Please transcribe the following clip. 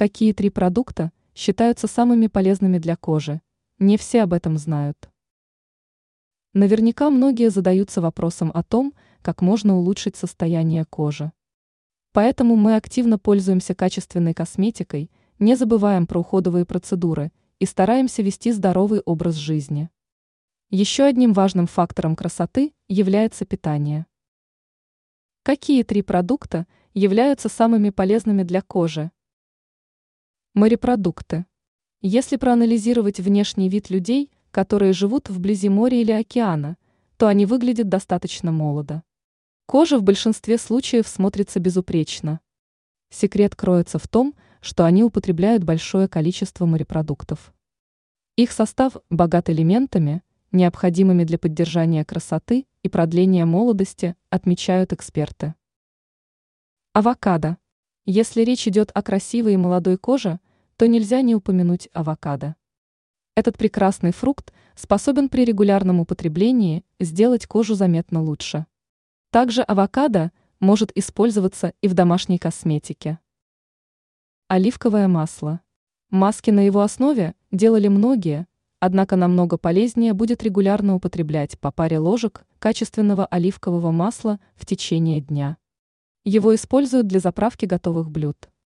Какие три продукта считаются самыми полезными для кожи? Не все об этом знают. Наверняка многие задаются вопросом о том, как можно улучшить состояние кожи. Поэтому мы активно пользуемся качественной косметикой, не забываем про уходовые процедуры и стараемся вести здоровый образ жизни. Еще одним важным фактором красоты является питание. Какие три продукта являются самыми полезными для кожи? Морепродукты. Если проанализировать внешний вид людей, которые живут вблизи моря или океана, то они выглядят достаточно молодо. Кожа в большинстве случаев смотрится безупречно. Секрет кроется в том, что они употребляют большое количество морепродуктов. Их состав богат элементами, необходимыми для поддержания красоты и продления молодости, отмечают эксперты. Авокадо. Если речь идет о красивой и молодой коже, то нельзя не упомянуть авокадо. Этот прекрасный фрукт способен при регулярном употреблении сделать кожу заметно лучше. Также авокадо может использоваться и в домашней косметике. Оливковое масло. Маски на его основе делали многие, однако намного полезнее будет регулярно употреблять по паре ложек качественного оливкового масла в течение дня. Его используют для заправки готовых блюд.